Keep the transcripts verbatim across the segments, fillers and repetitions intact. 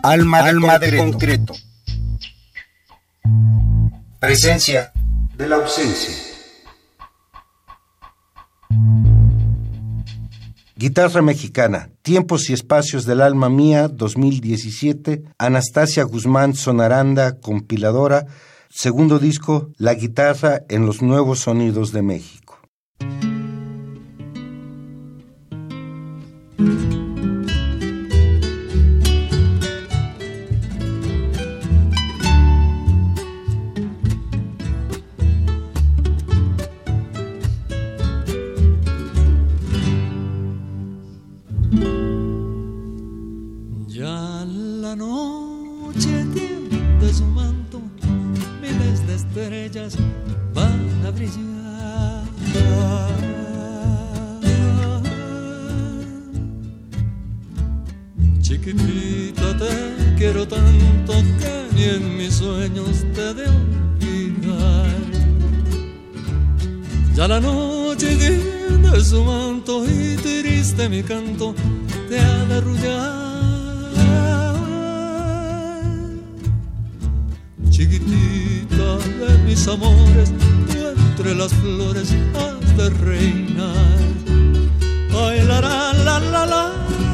Alma de, Alma concreto. de concreto. Presencia de la ausencia. Guitarra mexicana, Tiempos y espacios del alma mía, dos mil diecisiete, Anastasia Guzmán Sonaranda, compiladora, segundo disco, La guitarra en los nuevos sonidos de México. Chiquitita, te quiero tanto que ni en mis sueños te de olvidar. Ya la noche tiende su manto y triste mi canto te ha de arrullar. Chiquitita de mis amores, tú entre las flores has de reinar. Ay, la, la, la, la, la.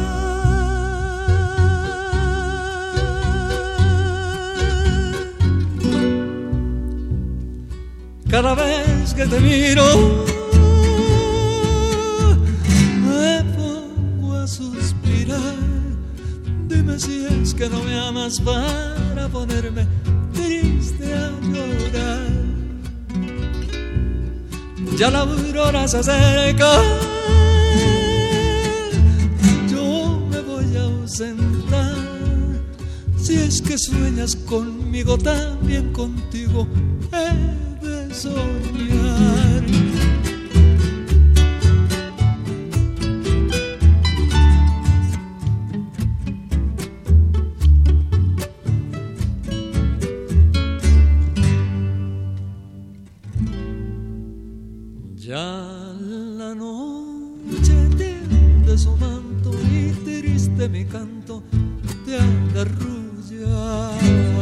Cada vez que te miro me pongo a suspirar. Dime si es que no me amas para ponerme triste a llorar. Ya la aurora se acerca, yo me voy a ausentar. Si es que sueñas conmigo, también contigo he de soñar. Ya la noche tiende su manto y triste mi canto te ha de arrullar.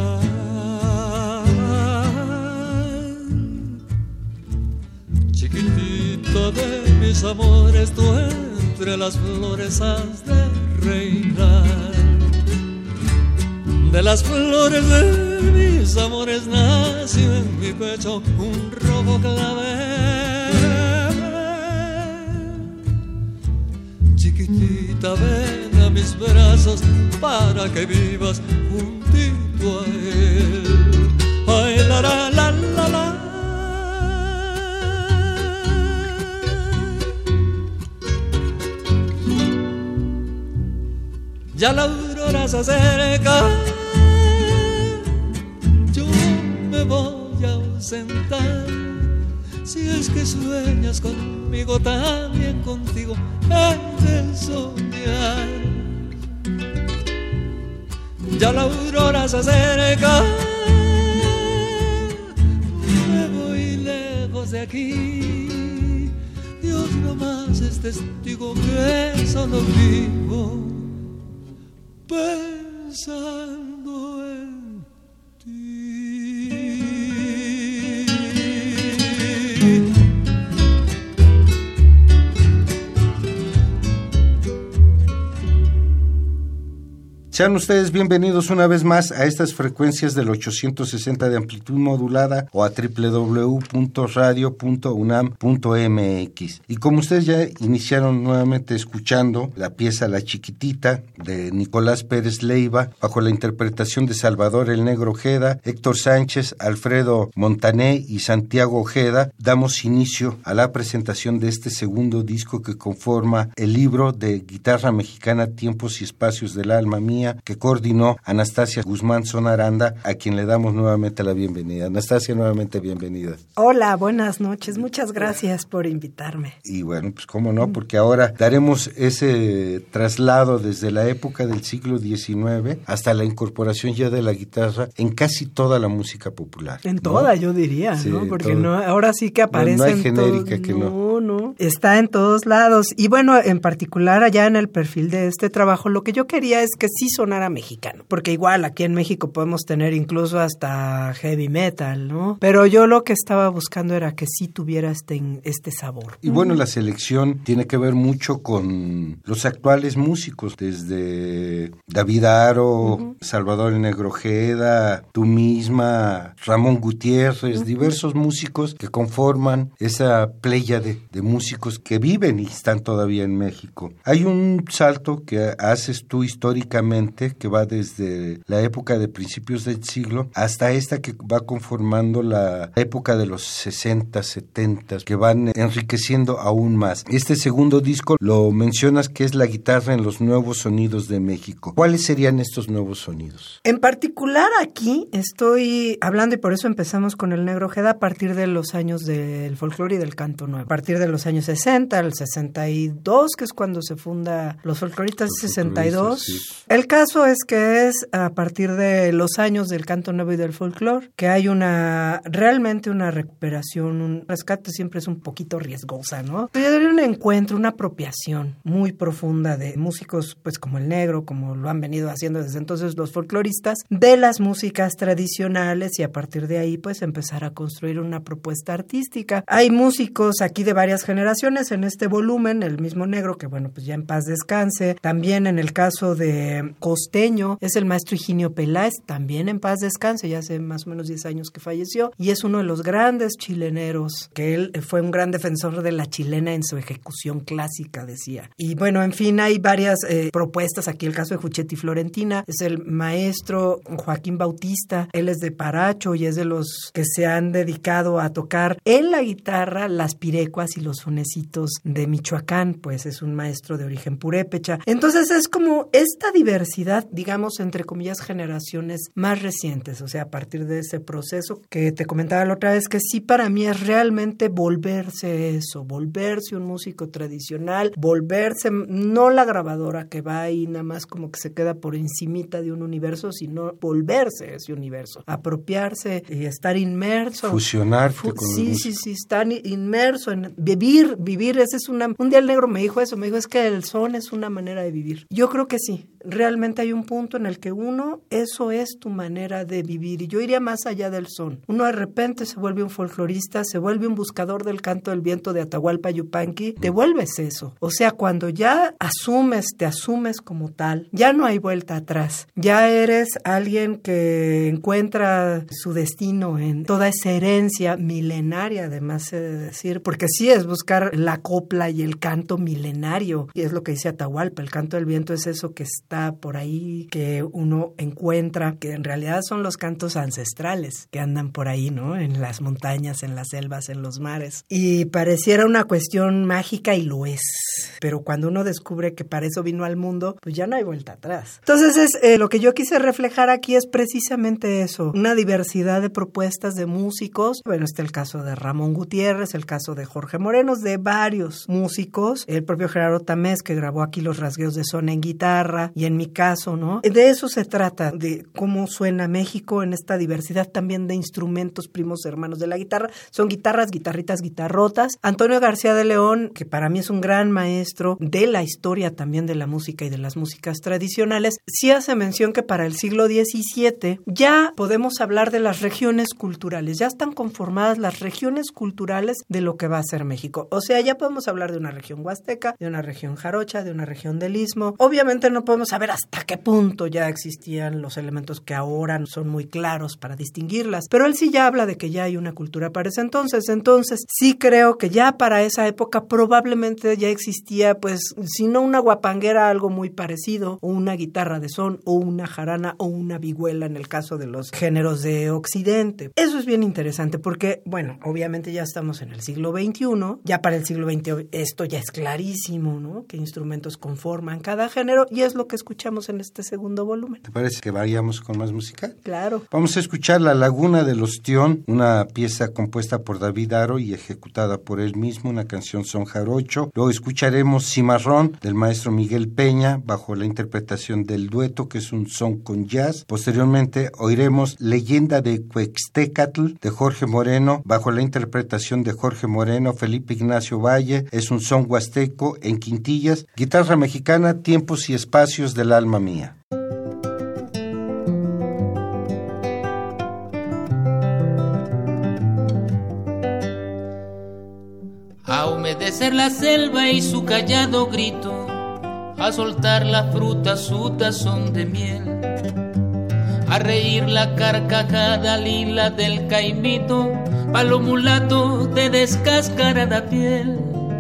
Chiquitita de mis amores, tú entre las flores has de reinar. De las flores de mis amores nació en mi pecho un rojo clavel. Chiquitita, ven a mis brazos para que vivas juntito a él. Ay, la, la, la, la, la. Ya la aurora se acerca, yo me voy a ausentar. Si es que sueñas conmigo, también contigo he de soñar. Ya la aurora se acerca, me voy lejos de aquí. Dios nomás es testigo que solo vivo pensando en ti. Sean ustedes bienvenidos una vez más a estas frecuencias del ochocientos sesenta de amplitud modulada o a doble u doble u doble u punto radio punto unam punto m x. Y como ustedes ya iniciaron nuevamente escuchando la pieza La Chiquitita de Nicolás Pérez Leiva, bajo la interpretación de Salvador el Negro Ojeda, Héctor Sánchez, Alfredo Montané y Santiago Ojeda, damos inicio a la presentación de este segundo disco que conforma el libro de Guitarra Mexicana, Tiempos y espacios del alma mía, que coordinó Anastasia Guzmán Sonaranda, a quien le damos nuevamente la bienvenida. Anastasia, nuevamente bienvenida. Hola, buenas noches, muchas gracias por invitarme. Y bueno, pues cómo no, porque ahora daremos ese traslado desde la época del siglo diecinueve hasta la incorporación ya de la guitarra en casi toda la música popular. En toda, ¿no? Yo diría, sí, ¿no? Porque no, ahora sí que aparecen... No, no hay genérica todo, que no. No, no, no, está en todos lados. Y bueno, en particular allá en el perfil de este trabajo, lo que yo quería es que sí sonara mexicano, porque igual aquí en México podemos tener incluso hasta heavy metal, ¿no? Pero yo lo que estaba buscando era que sí tuviera este, este sabor. Y bueno, la selección tiene que ver mucho con los actuales músicos, desde David Aro, uh-huh. Salvador el Negro Ojeda, tú misma, Ramón Gutiérrez, uh-huh. diversos músicos que conforman esa pléyade de músicos que viven y están todavía en México. Hay un salto que haces tú históricamente que va desde la época de principios del siglo hasta esta que va conformando la época de los sesenta, setenta, que van enriqueciendo aún más. Este segundo disco lo mencionas que es la guitarra en los nuevos sonidos de México. ¿Cuáles serían estos nuevos sonidos? En particular aquí estoy hablando, y por eso empezamos con el Negro Ojeda, a partir de los años del folclore y del canto nuevo. A partir de los años sesenta, el sesenta y dos, que es cuando se funda los folcloristas, los sesenta y dos. Sí. El caso es que es a partir de los años del canto nuevo y del folclore que hay una, realmente una recuperación, un rescate siempre es un poquito riesgosa, ¿no? Pero hay un encuentro, una apropiación muy profunda de músicos, pues como el negro, como lo han venido haciendo desde entonces los folcloristas, de las músicas tradicionales, y a partir de ahí pues empezar a construir una propuesta artística. Hay músicos aquí de varias generaciones en este volumen, el mismo negro, que bueno, pues ya en paz descanse. También en el caso de Costeño, es el maestro Higinio Peláez, también en paz descanse, ya hace más o menos diez años que falleció, y es uno de los grandes chileneros, que él fue un gran defensor de la chilena en su ejecución clásica, decía. Y bueno, en fin, hay varias eh, propuestas, aquí el caso de Juchetti Florentina, es el maestro Joaquín Bautista, él es de Paracho y es de los que se han dedicado a tocar en la guitarra las pirecuas y los sonecitos de Michoacán, pues es un maestro de origen purépecha. Entonces es como esta diversidad, digamos, entre comillas, generaciones más recientes, o sea, a partir de ese proceso que te comentaba la otra vez, que sí para mí es realmente volverse eso, volverse un músico tradicional, volverse, no la grabadora que va ahí nada más como que se queda por encimita de un universo, sino volverse ese universo, apropiarse y estar inmerso. Fusionarte fu- con Sí, sí, sí, estar inmerso en vivir, vivir, ese es una... Un día el negro me dijo eso, me dijo, es que el son es una manera de vivir. Yo creo que sí, realmente hay un punto en el que uno, eso es tu manera de vivir, y yo iría más allá del son. Uno de repente se vuelve un folclorista, se vuelve un buscador del canto del viento de Atahualpa Yupanqui, te vuelves eso. O sea, cuando ya asumes, te asumes como tal, ya no hay vuelta atrás. Ya eres alguien que encuentra su destino en toda esa herencia milenaria, además he de decir, porque sí es buscar la copla y el canto milenario, y es lo que dice Atahualpa, el canto del viento es eso que está por ahí, que uno encuentra, que en realidad son los cantos ancestrales que andan por ahí, ¿no? En las montañas, en las selvas, en los mares. Y pareciera una cuestión mágica, y lo es. Pero cuando uno descubre que para eso vino al mundo, pues ya no hay vuelta atrás. Entonces, es, eh, lo que yo quise reflejar aquí es precisamente eso, una diversidad de propuestas de músicos. Bueno, está el caso de Ramón Gutiérrez, el caso de Jorge Morenos, de varios músicos, el propio Gerardo Tamés, que grabó aquí los rasgueos de son en guitarra, y en mi caso, ¿no? De eso se trata, de cómo suena México en esta diversidad también de instrumentos primos hermanos de la guitarra. Son guitarras, guitarritas, guitarrotas. Antonio García de León, que para mí es un gran maestro de la historia también de la música y de las músicas tradicionales, sí hace mención que para el siglo diecisiete ya podemos hablar de las regiones culturales, ya están conformadas las regiones culturales de lo que va a ser México. O sea, ya podemos hablar de una región huasteca, de una región jarocha, de una región del Istmo. Obviamente no podemos saber hasta qué punto ya existían los elementos que ahora son muy claros para distinguirlas, pero él sí ya habla de que ya hay una cultura para ese entonces. Entonces sí creo que ya para esa época probablemente ya existía, pues, si no una guapanguera, algo muy parecido, o una guitarra de son, o una jarana, o una vihuela en el caso de los géneros de Occidente. Eso es bien interesante porque, bueno, obviamente ya estamos en el siglo veintiuno, ya para el siglo veinte esto ya es clarísimo, ¿no? Qué instrumentos conforman cada género, y es lo que escuchamos en este segundo volumen. ¿Te parece que vayamos con más música? Claro. Vamos a escuchar La Laguna del Ostión, una pieza compuesta por David Aro y ejecutada por él mismo, una canción son jarocho. Luego escucharemos Cimarrón del maestro Miguel Peña bajo la interpretación del dueto, que es un son con jazz. Posteriormente oiremos Leyenda de Cuextecatl de Jorge Moreno bajo la interpretación de Jorge Moreno, Felipe Felipe Ignacio Valle, es un son huasteco en quintillas, guitarra mexicana, Tiempos y Espacios del Alma Mía. A humedecer la selva y su callado grito, a soltar la fruta su tazón de miel, a reír la carcajada lila del caimito, palo mulato de descascarada piel.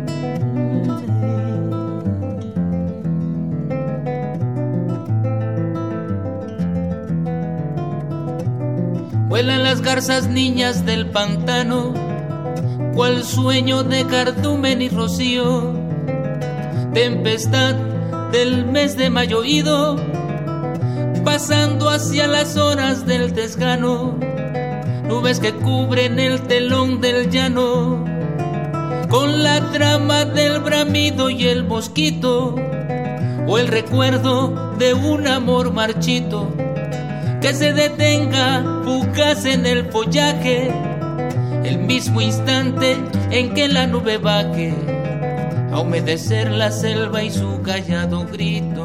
Vuelan las garzas niñas del pantano, cual sueño de cardumen y rocío, tempestad del mes de mayo ido, pasando hacia las horas del desgano, nubes que cubren el telón del llano, con la trama del bramido y el mosquito, o el recuerdo de un amor marchito, que se detenga fugaz en el follaje, el mismo instante en que la nube baje a humedecer la selva y su callado grito.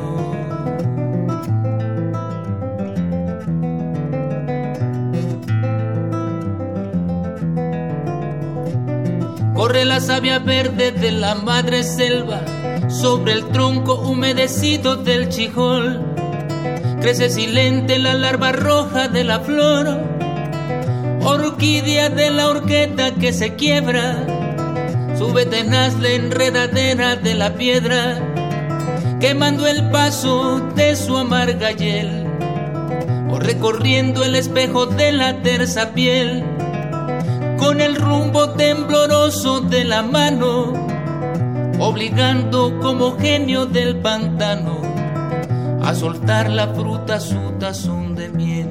Corre la savia verde de la madre selva sobre el tronco humedecido del chijol. Crece silente la larva roja de la flor, orquídea de la horqueta que se quiebra. Sube tenaz la enredadera de la piedra, quemando el paso de su amarga hiel, o recorriendo el espejo de la tersa piel, con el rumbo tembloroso de la mano, obligando como genio del pantano a soltar la fruta su tazón de miel.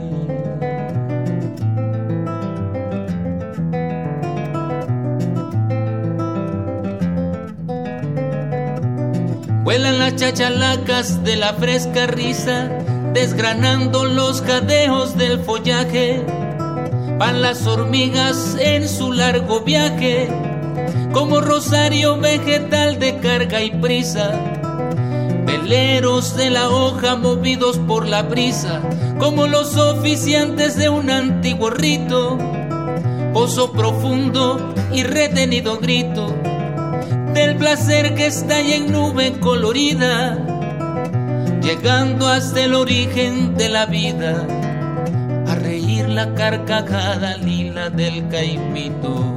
Vuelan las chachalacas de la fresca risa, desgranando los jadeos del follaje. Van las hormigas en su largo viaje, como rosario vegetal de carga y prisa. Veleros de la hoja movidos por la brisa, como los oficiantes de un antiguo rito. Pozo profundo y retenido grito del placer que estalla en nube colorida, llegando hasta el origen de la vida, a reír la carcajada lila del caimito.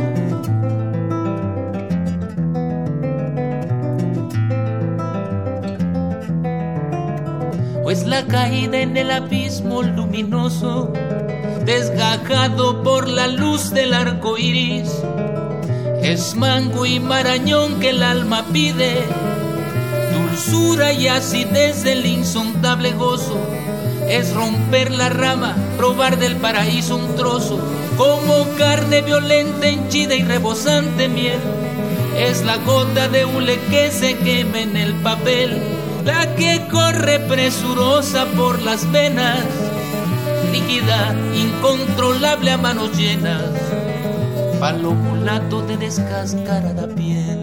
O es la caída en el abismo luminoso, desgajado por la luz del arco iris. Es mango y marañón que el alma pide, dulzura y acidez del insondable gozo. Es romper la rama, probar del paraíso un trozo, como carne violenta, henchida y rebosante miel. Es la gota de hule que se quema en el papel, la que corre presurosa por las venas, líquida, incontrolable a manos llenas, palo mulato de descascarada piel.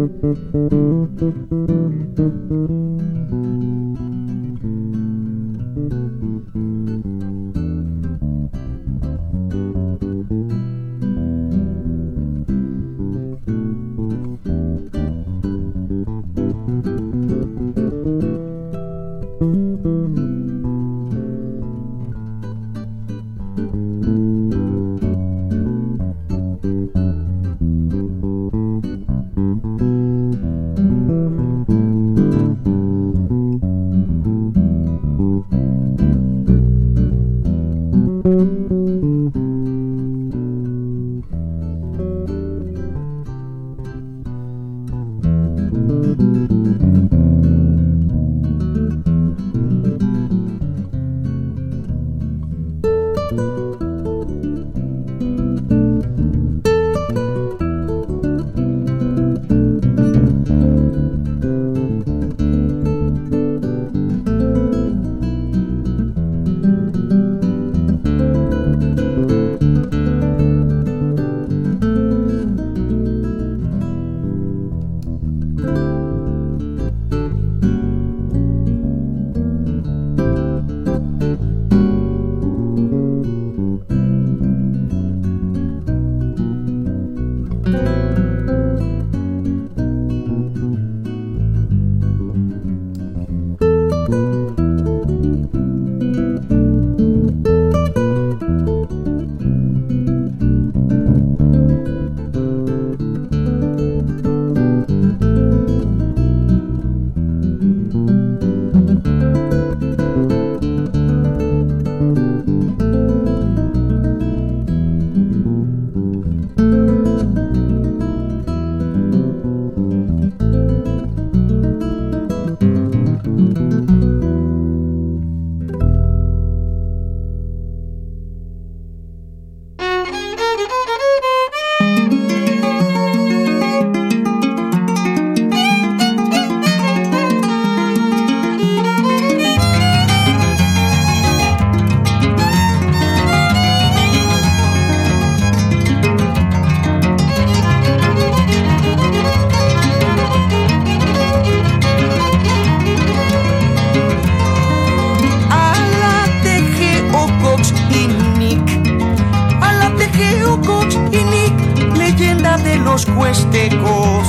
huastecos.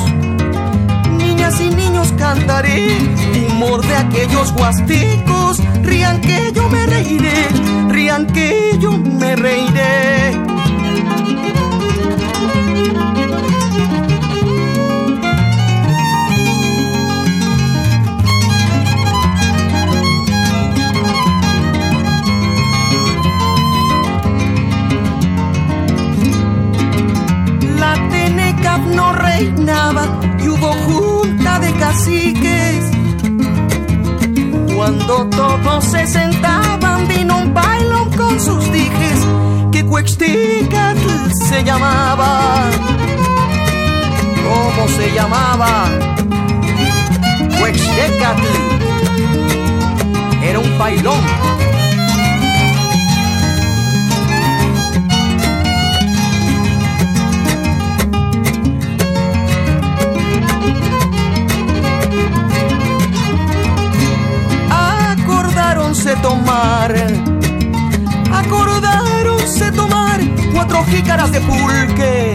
Niñas y niños cantaré, humor de aquellos huastecos. Rían que yo me reiré, rían que yo me reiré. No reinaba y hubo junta de caciques. Cuando todos se sentaban vino un bailón con sus dijes, que Cuextecatl se llamaba. ¿Cómo se llamaba? Cuextecatl. Era un bailón. Acordaronse tomar, acordaronse tomar cuatro jícaras de pulque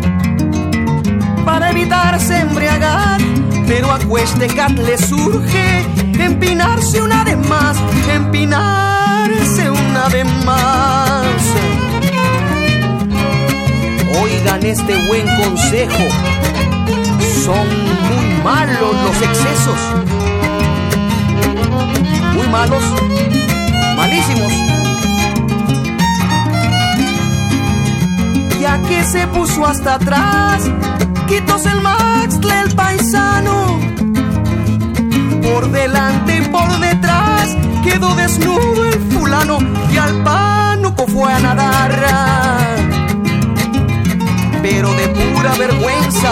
para evitarse embriagar, pero a Cuextecatl le surge empinarse una vez más, empinarse una vez más. Oigan este buen consejo, son muy malos los excesos. Muy malos, malísimos. Ya que se puso hasta atrás, quitóse el maxtle el paisano. Por delante y por detrás quedó desnudo el fulano y al pánuco fue a nadar. Pero de pura vergüenza,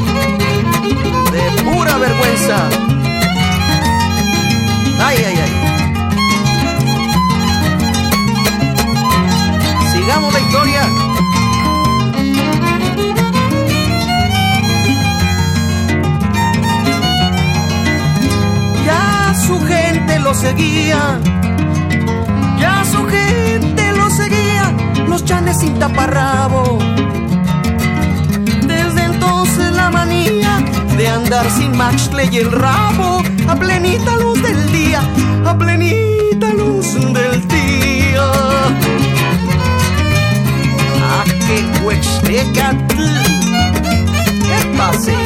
de pura vergüenza. Ay, ay, ay. Sigamos la historia. su gente lo seguía, ya su gente lo seguía, los chanes sin taparrabo. Desde entonces la manía de andar sin maxle y el rabo, a plenita luz del día, a plenita luz del día. ¡Ah, qué Huextecatl! ¿Qué pase?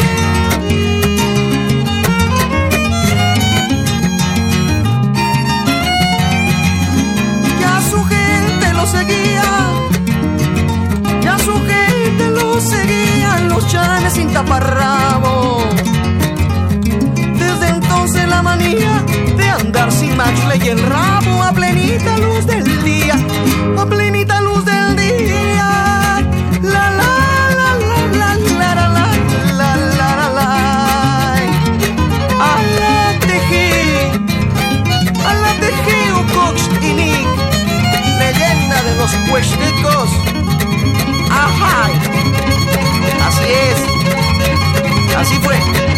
Ya su gente lo seguía, ya su gente lo seguía, los chanes sin taparrabo. Desde entonces la manía de andar sin maxle y el rabo, a plenita luz del día, a plenita luz del día. La la la la la la la la la la la la. A la tejí, a la tejí ucoxtinic, leyenda de los huextecos. Ajá, así es, así fue.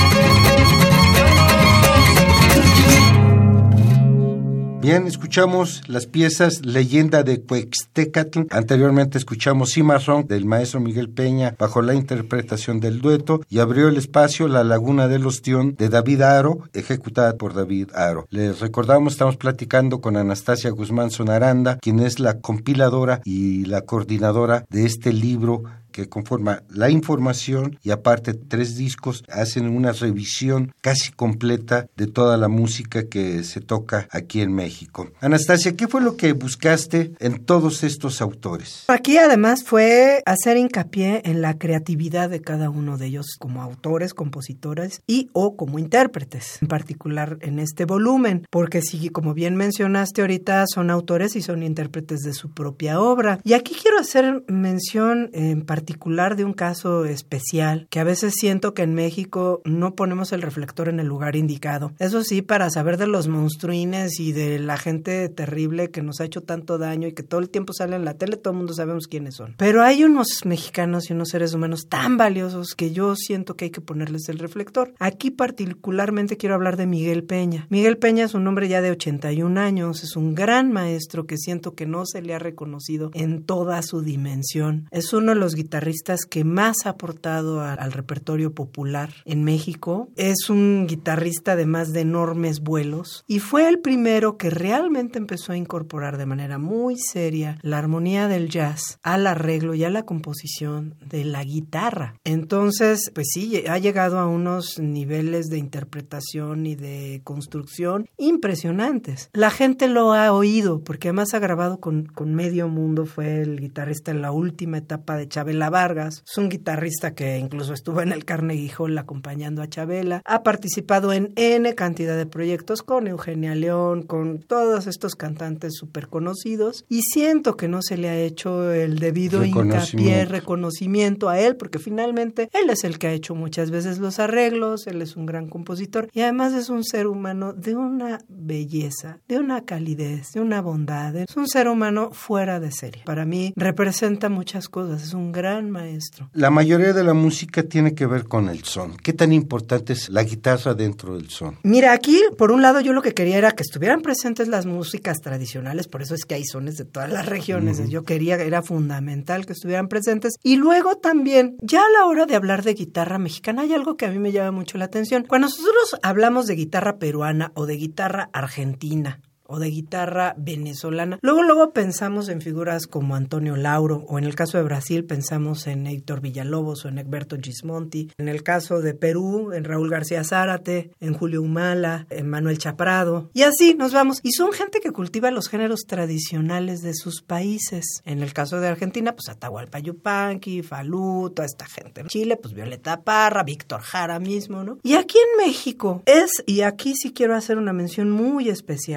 Bien, escuchamos las piezas Leyenda de Huextecatl. Anteriormente escuchamos Cimarrón del maestro Miguel Peña bajo la interpretación del dueto, y abrió el espacio La Laguna del Ostión de David Haro, ejecutada por David Haro. Les recordamos, estamos platicando con Anastasia Guzmán Sonaranda, quien es la compiladora y la coordinadora de este libro que conforma la información, y aparte tres discos hacen una revisión casi completa de toda la música que se toca aquí en México. Anastasia, ¿qué fue lo que buscaste en todos estos autores? Aquí además fue hacer hincapié en la creatividad de cada uno de ellos como autores, compositores y o como intérpretes, en particular en este volumen, porque sí, como bien mencionaste ahorita, son autores y son intérpretes de su propia obra. Y aquí quiero hacer mención en particular particular de un caso especial que a veces siento que en México no ponemos el reflector en el lugar indicado. Eso sí, para saber de los monstruines y de la gente terrible que nos ha hecho tanto daño y que todo el tiempo sale en la tele, todo el mundo sabemos quiénes son. Pero hay unos mexicanos y unos seres humanos tan valiosos que yo siento que hay que ponerles el reflector. Aquí particularmente quiero hablar de Miguel Peña. Miguel Peña es un hombre ya de ochenta y un años, es un gran maestro que siento que no se le ha reconocido en toda su dimensión. Es uno de los guitarristas que más ha aportado a, al repertorio popular en México. Es un guitarrista además de enormes vuelos y fue el primero que realmente empezó a incorporar de manera muy seria la armonía del jazz al arreglo y a la composición de la guitarra. Entonces, pues sí, ha llegado a unos niveles de interpretación y de construcción impresionantes. La gente lo ha oído porque además ha grabado con, con medio mundo. Fue el guitarrista en la última etapa de Chabela Vargas, es un guitarrista que incluso estuvo en el Carnegie Hall acompañando a Chabela, ha participado en N cantidad de proyectos con Eugenia León, con todos estos cantantes súper conocidos, y siento que no se le ha hecho el debido hincapié, reconocimiento a él, porque finalmente él es el que ha hecho muchas veces los arreglos, él es un gran compositor y además es un ser humano de una belleza, de una calidez, de una bondad, es un ser humano fuera de serie. Para mí representa muchas cosas, es un gran maestro. La mayoría de la música tiene que ver con el son. ¿Qué tan importante es la guitarra dentro del son? Mira, aquí, por un lado, yo lo que quería era que estuvieran presentes las músicas tradicionales, por eso es que hay sones de todas las regiones. Uh-huh. Yo quería, era fundamental que estuvieran presentes. Y luego también, ya a la hora de hablar de guitarra mexicana, hay algo que a mí me llama mucho la atención. Cuando nosotros hablamos de guitarra peruana o de guitarra argentina, o de guitarra venezolana. Luego, luego pensamos en figuras como Antonio Lauro, o en el caso de Brasil pensamos en Héctor Villalobos o en Egberto Gismonti. En el caso de Perú, en Raúl García Zárate, en Julio Humala, en Manuel Chaprado. Y así nos vamos. Y son gente que cultiva los géneros tradicionales de sus países. En el caso de Argentina, pues Atahualpa Yupanqui, Falú, toda esta gente. En Chile, pues Violeta Parra, Víctor Jara mismo, ¿no? Y aquí en México es, y aquí sí quiero hacer una mención muy especial, el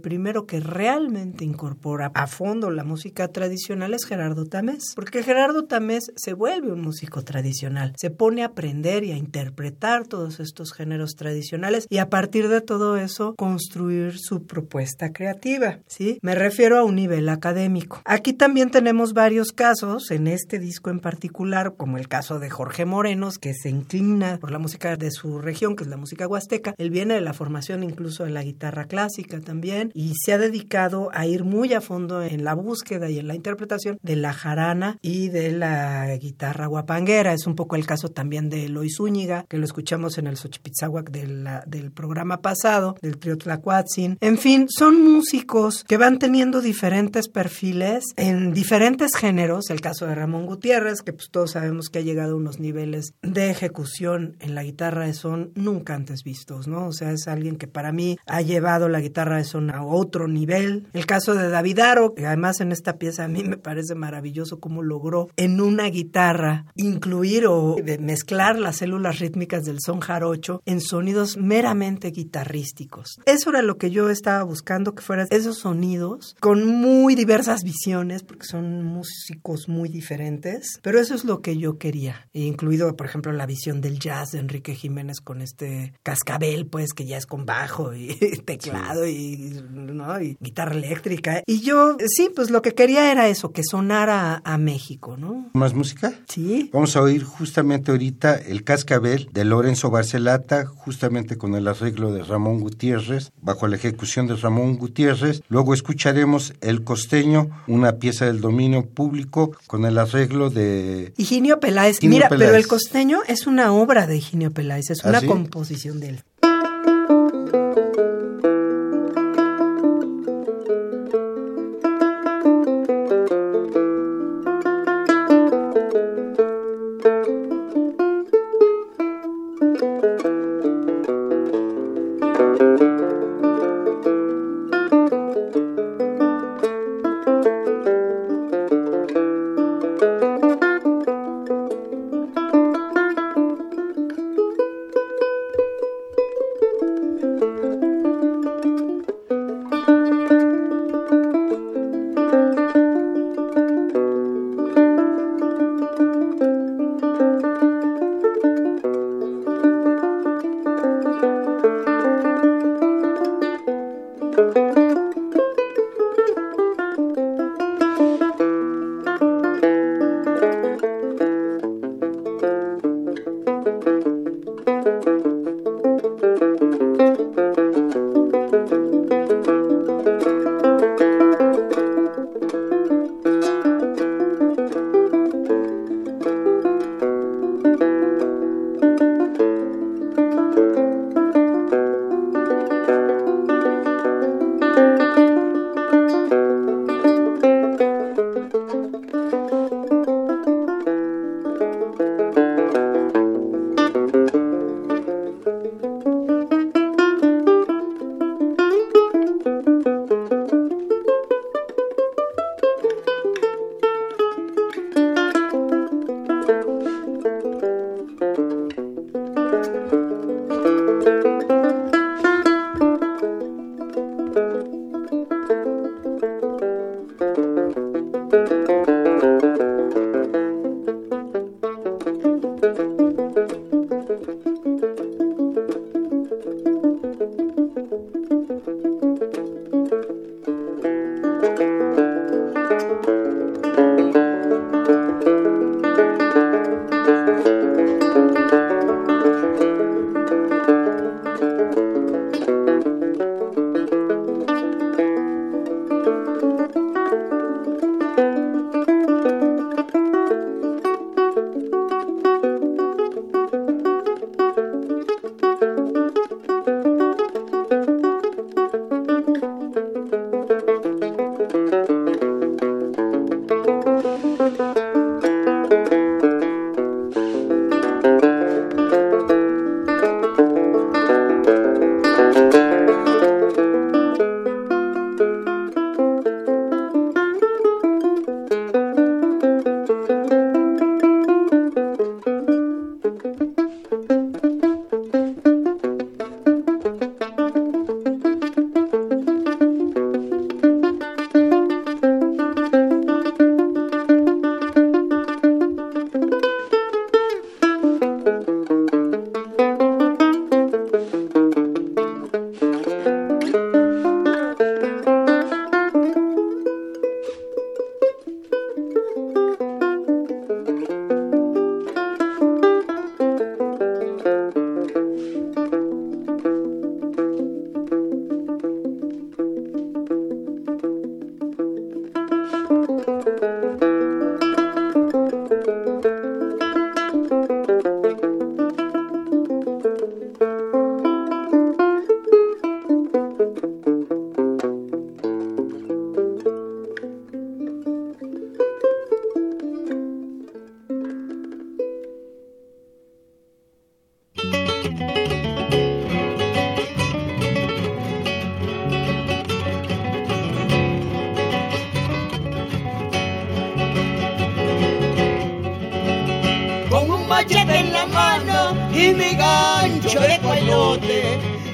primero que realmente incorpora a fondo la música tradicional es Gerardo Tamés, porque Gerardo Tamés se vuelve un músico tradicional, se pone a aprender y a interpretar todos estos géneros tradicionales y a partir de todo eso construir su propuesta creativa, ¿sí? Me refiero a un nivel académico. Aquí también tenemos varios casos, en este disco en particular, como el caso de Jorge Morenos, que se inclina por la música de su región, que es la música huasteca. Él viene de la formación incluso de la guitarra clásica también y se ha dedicado a ir muy a fondo en la búsqueda y en la interpretación de la jarana y de la guitarra huapanguera. Es un poco el caso también de Eloy Zúñiga, que lo escuchamos en el Xochipitzáhuac de la, del programa pasado, del trío Tlacuatzin. En fin, son músicos que van teniendo diferentes perfiles en diferentes géneros. El caso de Ramón Gutiérrez, que pues todos sabemos que ha llegado a unos niveles de ejecución en la guitarra de son nunca antes vistos, ¿no? O sea, es alguien que para mí ha llevado la guitarra de son a otro nivel. El caso de David Aro, que además en esta pieza a mí me parece maravilloso cómo logró en una guitarra incluir o mezclar las células rítmicas del son jarocho en sonidos meramente guitarrísticos. Eso era lo que yo estaba buscando, que fueran esos sonidos con muy diversas visiones, porque son músicos muy diferentes, pero eso es lo que yo quería, incluido, por ejemplo, la visión del jazz de Enrique Jiménez con este cascabel, pues, que ya es con bajo y teclado y, ¿no? y guitarra eléctrica. Y yo, sí, pues lo que quería era eso, que sonara a, a México, ¿no? ¿Más música? Sí. Vamos a oír justamente ahorita El Cascabel de Lorenzo Barcelata, justamente con el arreglo de Ramón Gutiérrez, bajo la ejecución de Ramón Gutiérrez. Luego escucharemos El Costeño, una pieza del dominio público con el arreglo de Higinio Peláez. Higinio Mira, Peláez. pero El Costeño es una obra de Higinio Peláez, es ¿Ah, una sí? composición de él.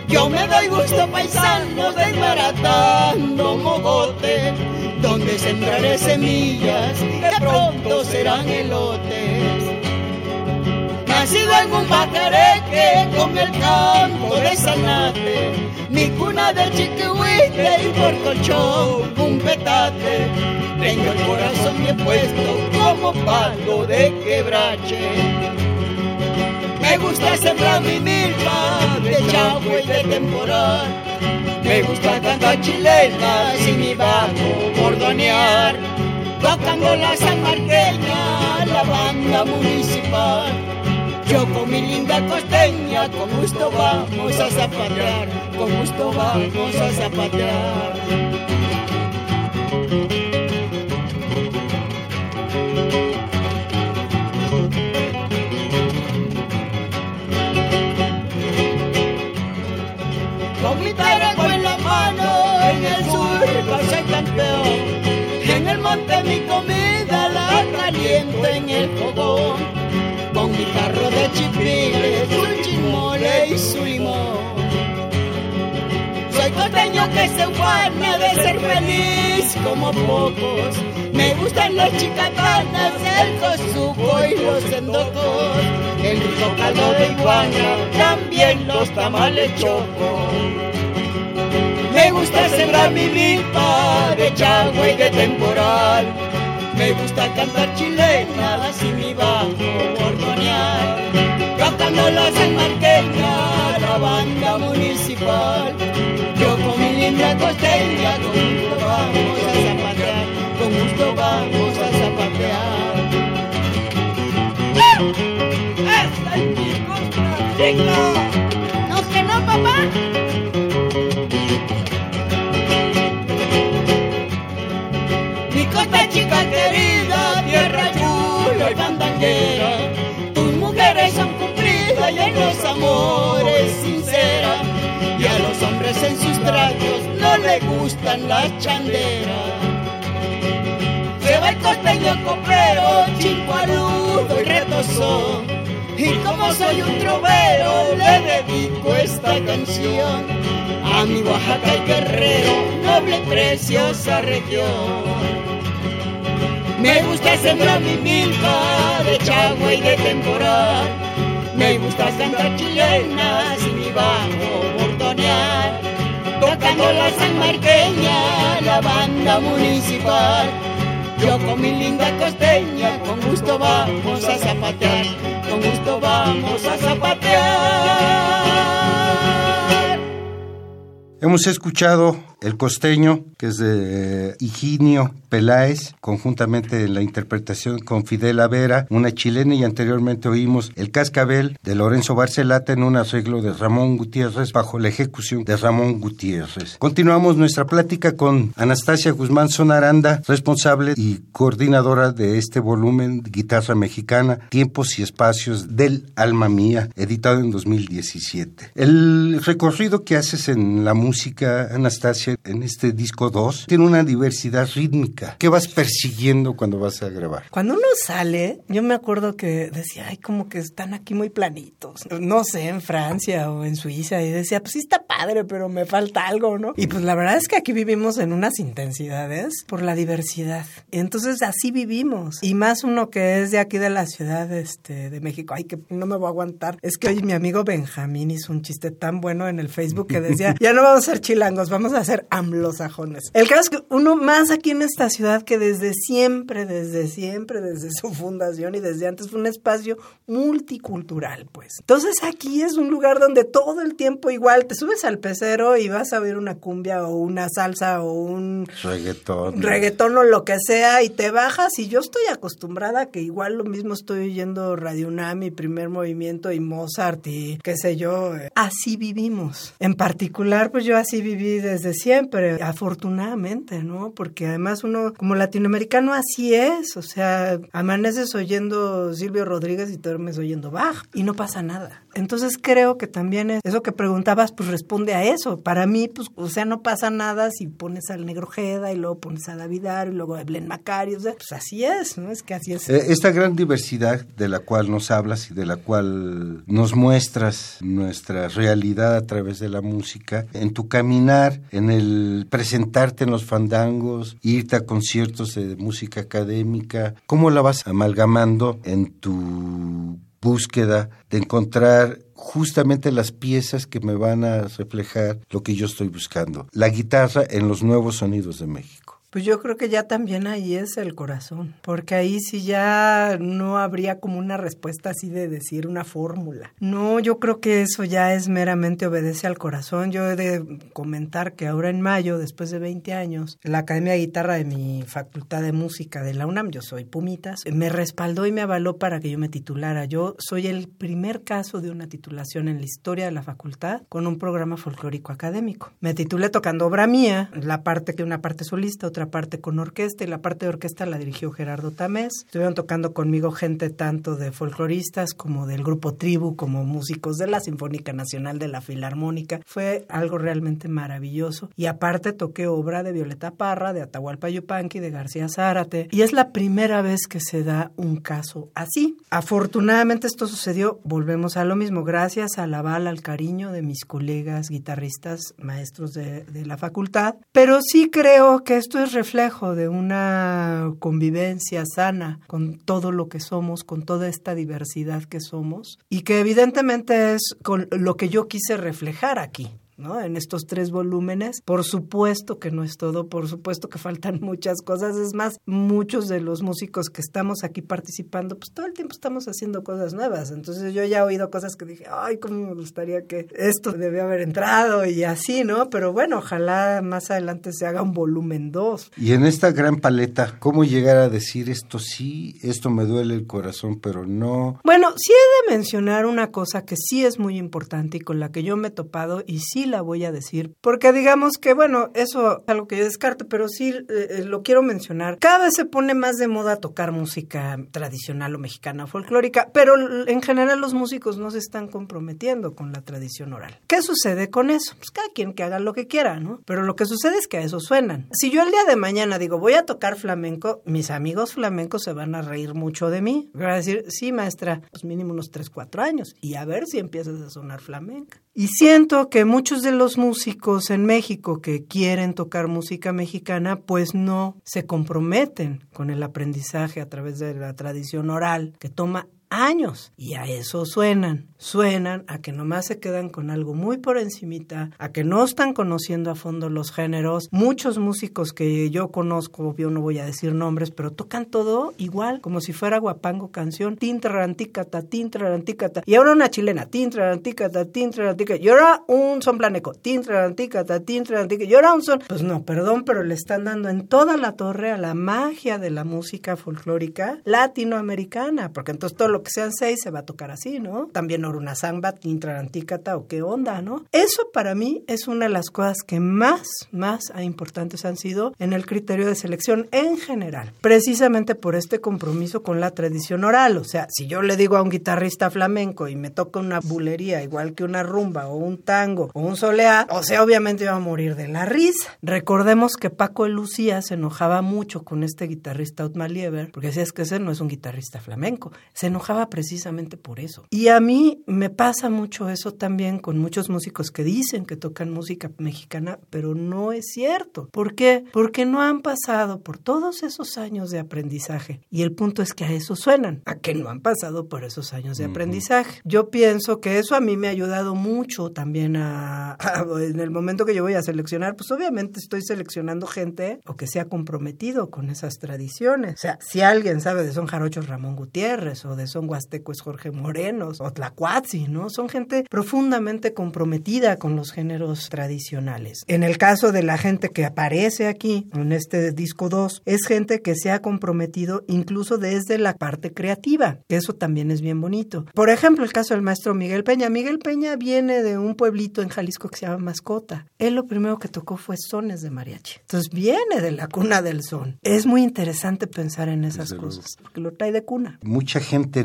Yo me doy gusto, paisano, desbaratando mogote, donde sembraré semillas que pronto serán elotes. Nacido en un pacareque con el canto de Zanate, mi cuna de chiquihuite y por colchón un petate. Tengo el corazón bien puesto como palo de quebrache. Me gusta sembrar mi milpa de chagua y de temporal. Me gusta cantar chilenas y mi bajo bordonear, tocando la sanmarqueña, la banda municipal. Yo con mi linda costeña, con gusto vamos a zapatear, con gusto vamos a zapatear. Con mi tarango en la mano, en el sur soy campeón. En el monte mi comida la caliento en el fogón. Con mi carro de chipiles, su chimole y su limón. Soy costeño que se guarda de ser feliz como pocos. Me gustan las chicatanas, el cosuco y los endocos. El rico caldo de iguana, también los tamales choco. Me gusta sembrar mi milpa de chagua y de temporal. Me gusta cantar chilenas y mi bajo bordonear, cantando la sanmarqueña, la banda municipal. Yo con mi linda costeña, con gusto vamos a zapatear, con gusto vamos a zapatear. ¡Esta es mi costa chica! ¿No que no, papá? Mi costa chica querida, tierra chula y bandanguera, tus mujeres son cumplidas y en los amores sinceras, y a los hombres en sus tragos no les gustan las chanderas. Se va el costeño copero, chincuarudo y retozón, y como soy un trovero le dedico esta canción a mi Oaxaca y Guerrero, noble y preciosa región. Me gusta sembrar mi milpa de chagua y de temporal. Me gusta cantar chilenas y mi bajo bordonear, tocando la sanmarqueña, la banda municipal. Yo con mi linda costeña, con gusto vamos a zapatear, con gusto vamos a zapatear. Hemos escuchado El Costeño, que es de Higinio Peláez, conjuntamente en la interpretación con Fidel Avera, una chilena, y anteriormente oímos El Cascabel de Lorenzo Barcelata en un arreglo de Ramón Gutiérrez bajo la ejecución de Ramón Gutiérrez. Continuamos nuestra plática con Anastasia Guzmán Sonaranda, responsable y coordinadora de este volumen Guitarra Mexicana, Tiempos y Espacios del Alma Mía, editado en dos mil diecisiete. El recorrido que haces en la música, Anastasia, en este disco dos, tiene una diversidad rítmica. ¿Qué vas persiguiendo cuando vas a grabar? Cuando uno sale, yo me acuerdo que decía, ay, como que están aquí muy planitos. No sé, en Francia o en Suiza, y decía, pues sí está padre, pero me falta algo, ¿no? Y pues la verdad es que aquí vivimos en unas intensidades por la diversidad. Entonces así vivimos. Y más uno que es de aquí de la ciudad este, de México. Ay, que no me voy a aguantar. Es que hoy mi amigo Benjamín hizo un chiste tan bueno en el Facebook que decía, ya no vamos a ser chilangos, vamos a ser anglosajones. El caso es que uno más aquí en esta ciudad que desde siempre, desde siempre, desde su fundación y desde antes fue un espacio multicultural, pues. Entonces aquí es un lugar donde todo el tiempo igual te subes al pecero y vas a oír una cumbia o una salsa o un reggaetón, reggaetón o lo que sea, y te bajas, y yo estoy acostumbrada a que igual lo mismo estoy oyendo Radio UNAM y Primer Movimiento y Mozart y qué sé yo. Así vivimos. En particular, pues yo así viví desde siempre, afortunadamente, ¿no? Porque además uno, como latinoamericano, así es. O sea, amaneces oyendo Silvio Rodríguez y te duermes oyendo Bach y no pasa nada. Entonces creo que también es eso que preguntabas, pues respondo corresponde a eso. Para mí, pues, o sea, no pasa nada si pones al Negro Ojeda y luego pones a David Aro y luego a Blen Macario, o sea, pues así es, ¿no? Es que así es. Esta gran diversidad de la cual nos hablas y de la cual nos muestras nuestra realidad a través de la música, en tu caminar, en el presentarte en los fandangos, irte a conciertos de música académica, ¿cómo la vas amalgamando en tu búsqueda de encontrar justamente las piezas que me van a reflejar lo que yo estoy buscando? La guitarra en los nuevos sonidos de México. Pues yo creo que ya también ahí es el corazón, porque ahí sí ya no habría como una respuesta así de decir una fórmula. No, yo creo que eso ya es meramente obedece al corazón. Yo he de comentar que ahora en mayo, después de veinte años, la Academia de Guitarra de mi Facultad de Música de la UNAM, yo soy Pumitas, me respaldó y me avaló para que yo me titulara. Yo soy el primer caso de una titulación en la historia de la facultad con un programa folclórico académico. Me titulé tocando obra mía, la parte que una parte solista, otra parte con orquesta, y la parte de orquesta la dirigió Gerardo Tamés. Estuvieron tocando conmigo gente tanto de folcloristas como del grupo Tribu, como músicos de la Sinfónica Nacional, de la Filarmónica. Fue algo realmente maravilloso. Y aparte toqué obra de Violeta Parra, de Atahualpa Yupanqui, de García Zárate. Y es la primera vez que se da un caso así. Afortunadamente esto sucedió, volvemos a lo mismo, gracias al aval, al cariño de mis colegas guitarristas, maestros de, de la facultad. Pero sí creo que esto es reflejo de una convivencia sana con todo lo que somos, con toda esta diversidad que somos, y que evidentemente es con lo que yo quise reflejar aquí, ¿no? En estos tres volúmenes. Por supuesto que no es todo, por supuesto que faltan muchas cosas. Es más, muchos de los músicos que estamos aquí participando, pues todo el tiempo estamos haciendo cosas nuevas. Entonces yo ya he oído cosas que dije, ay, cómo me gustaría que esto debía haber entrado y así, ¿no? Pero bueno, ojalá más adelante se haga un volumen dos. Y en esta gran paleta, ¿cómo llegar a decir esto sí, esto me duele el corazón, pero no? Bueno, sí he de mencionar una cosa que sí es muy importante y con la que yo me he topado y sí la voy a decir, porque digamos que, bueno, eso es algo que yo descarto, pero sí eh, lo quiero mencionar. Cada vez se pone más de moda tocar música tradicional o mexicana folclórica, pero en general los músicos no se están comprometiendo con la tradición oral. ¿Qué sucede con eso? Pues cada quien que haga lo que quiera, ¿no? Pero lo que sucede es que a eso suenan. Si yo el día de mañana digo, voy a tocar flamenco, mis amigos flamencos se van a reír mucho de mí. Van a decir, sí, maestra, pues mínimo unos tres, cuatro años, y a ver si empiezas a sonar flamenca. Y siento que muchos de los músicos en México que quieren tocar música mexicana, pues no se comprometen con el aprendizaje a través de la tradición oral, que toma años, y a eso suenan, suenan a que nomás se quedan con algo muy por encimita, a que no están conociendo a fondo los géneros. Muchos músicos que yo conozco, yo no voy a decir nombres, pero tocan todo igual, como si fuera guapango canción, tin trarantícata, tin trarantícata, y ahora una chilena, tin trarantícata, tin trarantícata, y ahora un son planeco, tin trarantícata, tin trarantícata, y ahora un son, pues no, perdón, pero le están dando en toda la torre a la magia de la música folclórica latinoamericana, porque entonces todo lo que sean seis se va a tocar así, ¿no? También Oruna Samba, Tintrarantícata, o qué onda, ¿no? Eso para mí es una de las cosas que más, más importantes han sido en el criterio de selección en general, precisamente por este compromiso con la tradición oral. O sea, si yo le digo a un guitarrista flamenco y me toca una bulería igual que una rumba o un tango o un soleá, o sea, obviamente va a morir de la risa. Recordemos que Paco de Lucía se enojaba mucho con este guitarrista Otmar Lieber, porque decía, es que ese no es un guitarrista flamenco, se enojaba precisamente por eso. Y a mí me pasa mucho eso también con muchos músicos que dicen que tocan música mexicana, pero no es cierto. ¿Por qué? Porque no han pasado por todos esos años de aprendizaje. Y el punto es que a eso suenan, a que no han pasado por esos años de uh-huh. aprendizaje. Yo pienso que eso a mí me ha ayudado mucho también a, a, en el momento que yo voy a seleccionar, pues obviamente estoy seleccionando gente o que se ha comprometido con esas tradiciones. O sea, si alguien sabe de son jarochos Ramón Gutiérrez o de son huasteco es Jorge Morenos o Tlacuatzi, ¿no? Son gente profundamente comprometida con los géneros tradicionales. En el caso de la gente que aparece aquí en este disco dos, es gente que se ha comprometido incluso desde la parte creativa, que eso también es bien bonito. Por ejemplo, el caso del maestro Miguel Peña. Miguel Peña viene de un pueblito en Jalisco que se llama Mascota. Él lo primero que tocó fue sones de mariachi. Entonces viene de la cuna del son. Es muy interesante pensar en esas Desde cosas, luego. Porque lo trae de cuna. Mucha gente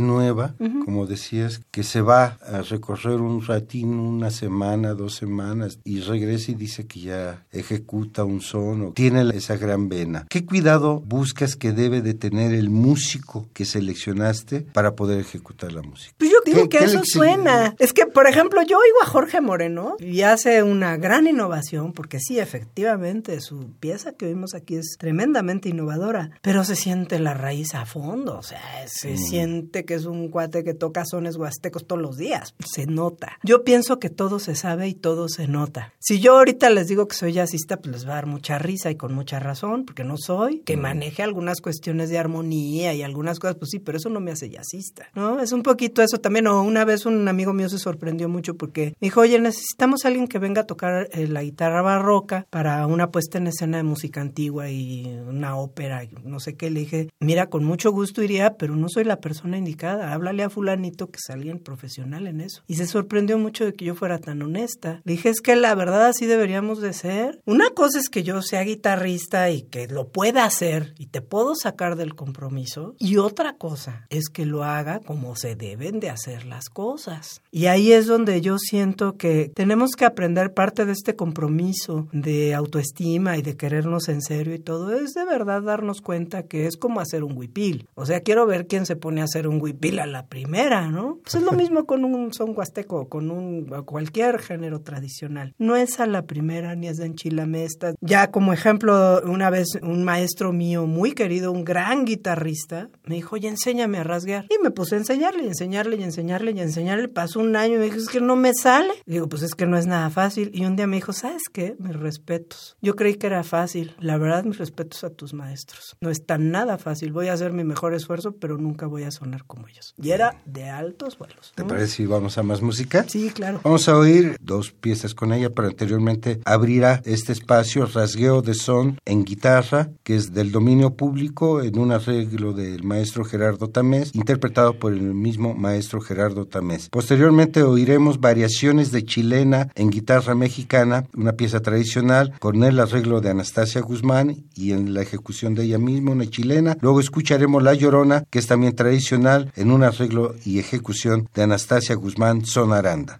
nueva, uh-huh. como decías, que se va a recorrer un ratín, una semana, dos semanas, y regresa y dice que ya ejecuta un son, o tiene esa gran vena. ¿Qué cuidado buscas que debe de tener el músico que seleccionaste para poder ejecutar la música? Pues yo digo que eso suena. Es que, por ejemplo, yo oigo a Jorge Moreno y hace una gran innovación, porque sí, efectivamente, su pieza que oímos aquí es tremendamente innovadora, pero se siente la raíz a fondo, o sea, se mm. siente que es un cuate que toca sones huastecos todos los días, se nota. Yo pienso que todo se sabe y todo se nota. Si yo ahorita les digo que soy jazzista, pues les va a dar mucha risa y con mucha razón, porque no soy, que maneje algunas cuestiones de armonía y algunas cosas, pues sí, pero eso no me hace jazzista, ¿no? Es un poquito eso también. O una vez un amigo mío se sorprendió mucho porque me dijo, oye, necesitamos a alguien que venga a tocar eh, la guitarra barroca para una puesta en escena de música antigua y una ópera, y no sé qué. Le dije, mira, con mucho gusto iría, pero no soy la persona indicada, háblale a fulanito que es alguien profesional en eso. Y se sorprendió mucho de que yo fuera tan honesta. Le dije, es que la verdad así deberíamos de ser. Una cosa es que yo sea guitarrista y que lo pueda hacer y te puedo sacar del compromiso, y otra cosa es que lo haga como se deben de hacer las cosas. Y ahí es donde yo siento que tenemos que aprender parte de este compromiso de autoestima y de querernos en serio y todo, es de verdad darnos cuenta que es como hacer un huipil. O sea, quiero ver quién se pone a hacer un huipil a la primera, ¿no? Pues es lo mismo con un son huasteco, con un cualquier género tradicional. No es a la primera ni es de enchilamesta. Ya como ejemplo, una vez un maestro mío muy querido, un gran guitarrista, me dijo, oye, enséñame a rasguear. Y me puse a enseñarle y enseñarle y enseñarle y enseñarle. Pasó un año y me dijo, es que no me sale. Y digo, pues es que no es nada fácil. Y un día me dijo, ¿sabes qué? Mis respetos. Yo creí que era fácil. La verdad, mis respetos a tus maestros. No está nada fácil. Voy a hacer mi mejor esfuerzo, pero nunca voy a sonar como ellos. Y era de altos vuelos, ¿no? ¿Te parece si vamos a más música? Sí, claro. Vamos a oír dos piezas con ella, pero anteriormente abrirá este espacio Rasgueo de Son en guitarra, que es del dominio público, en un arreglo del maestro Gerardo Tamés, interpretado por el mismo maestro Gerardo Tamés. Posteriormente oiremos Variaciones de Chilena en guitarra mexicana, una pieza tradicional con el arreglo de Anastasia Guzmán y en la ejecución de ella misma, una chilena. Luego escucharemos La Llorona, que es también tradicional, en un arreglo y ejecución de Anastasia Guzmán Sonaranda.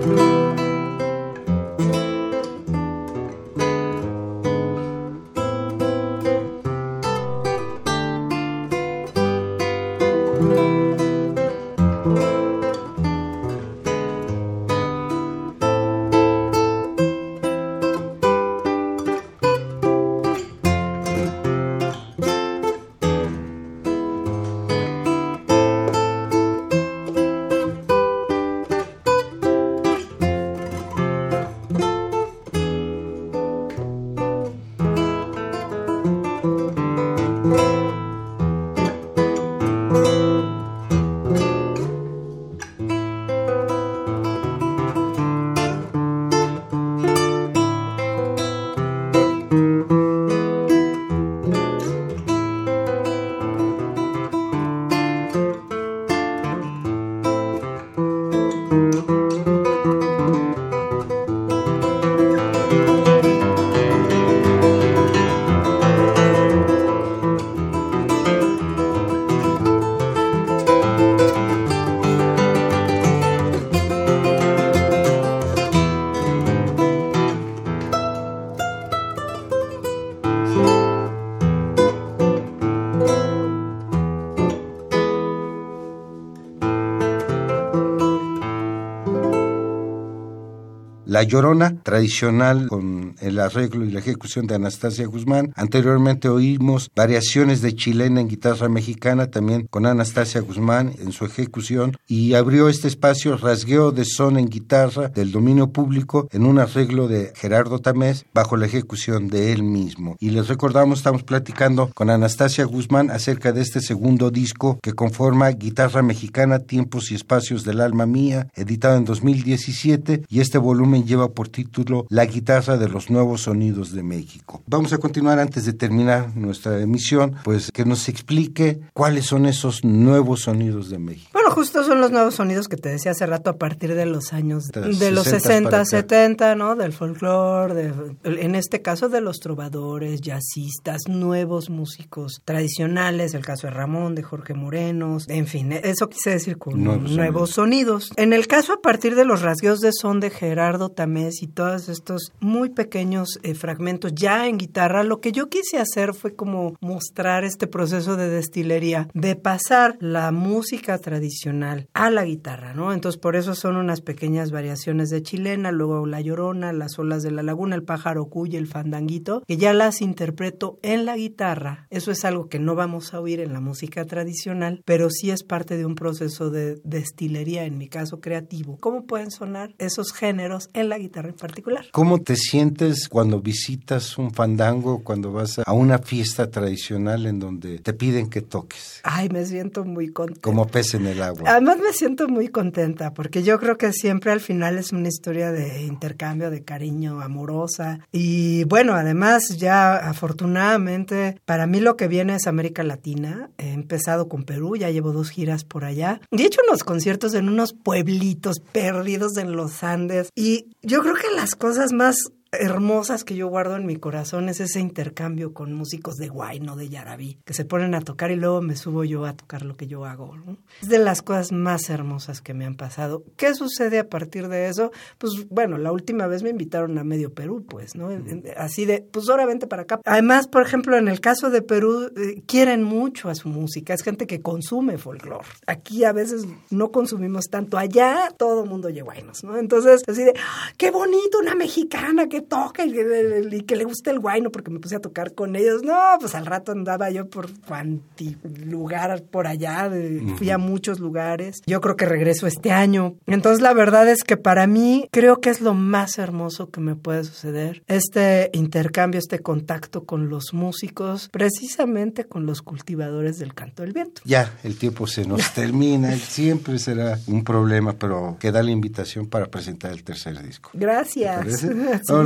La Llorona, tradicional con el arreglo y la ejecución de Anastasia Guzmán. Anteriormente oímos variaciones de chilena en guitarra mexicana, también con Anastasia Guzmán en su ejecución, y abrió este espacio Rasgueo de Son en guitarra del dominio público en un arreglo de Gerardo Tamés bajo la ejecución de él mismo. Y les recordamos, estamos platicando con Anastasia Guzmán acerca de este segundo disco que conforma Guitarra Mexicana, Tiempos y Espacios del Alma Mía, editado en dos mil diecisiete, y este volumen lleva por título La Guitarra de los Nuevos Sonidos de México. Vamos a continuar antes de terminar nuestra emisión, pues que nos explique cuáles son esos nuevos sonidos de México. Bueno, justo son los nuevos sonidos que te decía hace rato a partir de los años, de, de los sesenta, setenta, ¿no? Del folclore, de, en este caso de los trovadores, jazzistas, nuevos músicos tradicionales, el caso de Ramón, de Jorge Morenos, en fin, eso quise decir con nuevos, nuevos sonidos. sonidos. En el caso a partir de los rasgueos de son de Gerardo Tamés y todos estos muy pequeños eh, fragmentos ya en guitarra, lo que yo quise hacer fue como mostrar este proceso de destilería, de pasar la música tradicional a la guitarra, ¿no? Entonces por eso son unas pequeñas variaciones de chilena, luego La Llorona, Las Olas de la Laguna, El Pájaro Cuy, El Fandanguito, que ya las interpreto en la guitarra. Eso es algo que no vamos a oír en la música tradicional, pero sí es parte de un proceso de destilería, en mi caso creativo. ¿Cómo pueden sonar esos géneros en la guitarra en particular? ¿Cómo te sientes cuando visitas un fandango, cuando vas a una fiesta tradicional en donde te piden que toques? Ay, me siento muy contenta. Como pez en el agua. Además me siento muy contenta porque yo creo que siempre al final es una historia de intercambio, de cariño, amorosa. Y bueno, además ya afortunadamente para mí lo que viene es América Latina. He empezado con Perú, ya llevo dos giras por allá. Y he hecho unos conciertos en unos pueblitos perdidos en los Andes. Y yo creo que las cosas más hermosas que yo guardo en mi corazón es ese intercambio con músicos de Huayno, de Yarabí, que se ponen a tocar y luego me subo yo a tocar lo que yo hago, ¿no? Es de las cosas más hermosas que me han pasado. ¿Qué sucede a partir de eso? Pues bueno, la última vez me invitaron a medio Perú, pues, ¿no? Así de, pues ahora vente para acá. Además, por ejemplo, en el caso de Perú, eh, quieren mucho a su música, es gente que consume folclore. Aquí a veces no consumimos tanto, allá todo el mundo oye Huaynos, ¿no? Entonces, así de, ¡qué bonito, una mexicana que toca y, y, y que le gusta el huayno! Porque me puse a tocar con ellos. No, pues al rato andaba yo por cuanti lugar por allá, de, uh-huh. Fui a muchos lugares. Yo creo que regreso este año. Entonces la verdad es que para mí creo que es lo más hermoso que me puede suceder. Este intercambio, este contacto con los músicos, precisamente con los cultivadores del canto del viento. Ya, el tiempo se nos termina, siempre será un problema, pero queda la invitación para presentar el tercer disco. Gracias. Sí. Bueno,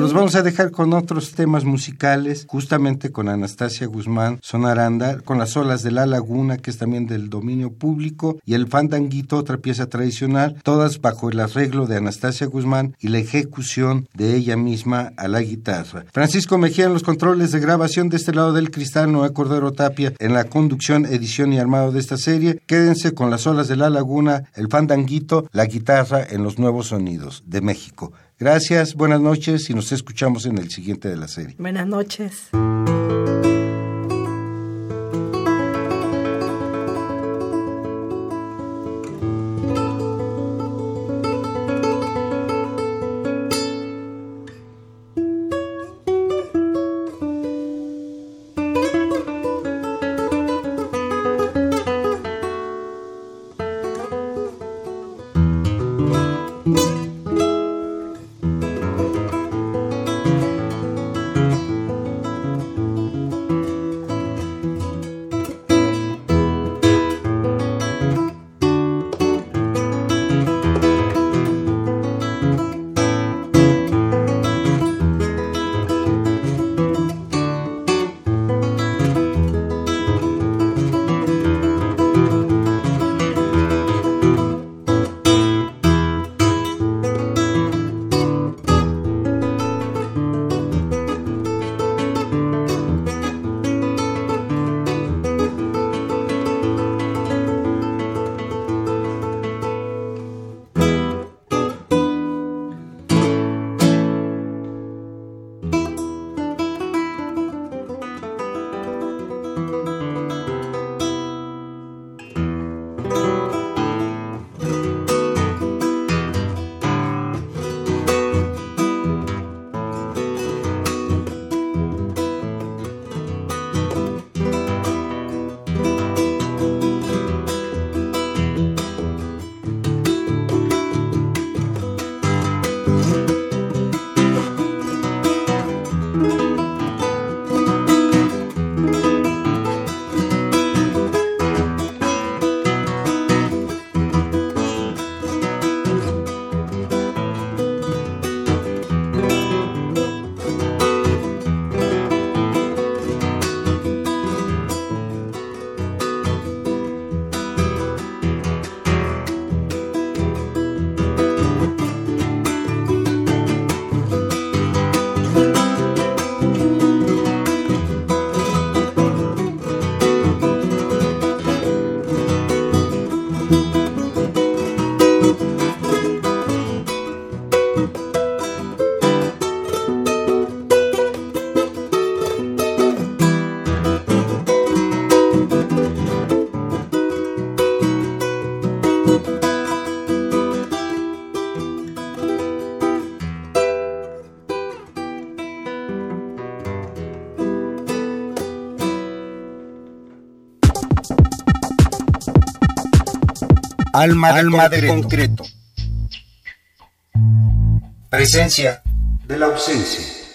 los vamos a dejar con otros temas musicales, justamente con Anastasia Guzmán Sonaranda, con Las olas de la laguna, que es también del dominio público, y El fandanguito, otra pieza tradicional, todas bajo el arreglo de Anastasia Guzmán y la ejecución de ella misma a la guitarra. Francisco Mejía en los controles de grabación, de este lado del cristal, Noé Cordero Tapia en la conducción, edición y armado de esta serie. Quédense con Las olas de la laguna, El fandanguito, la guitarra en los nuevos sonidos de México. Gracias, buenas noches y nos escuchamos en el siguiente de la serie. Buenas noches. Alma de, Alma concreto. de concreto. Presencia de la ausencia.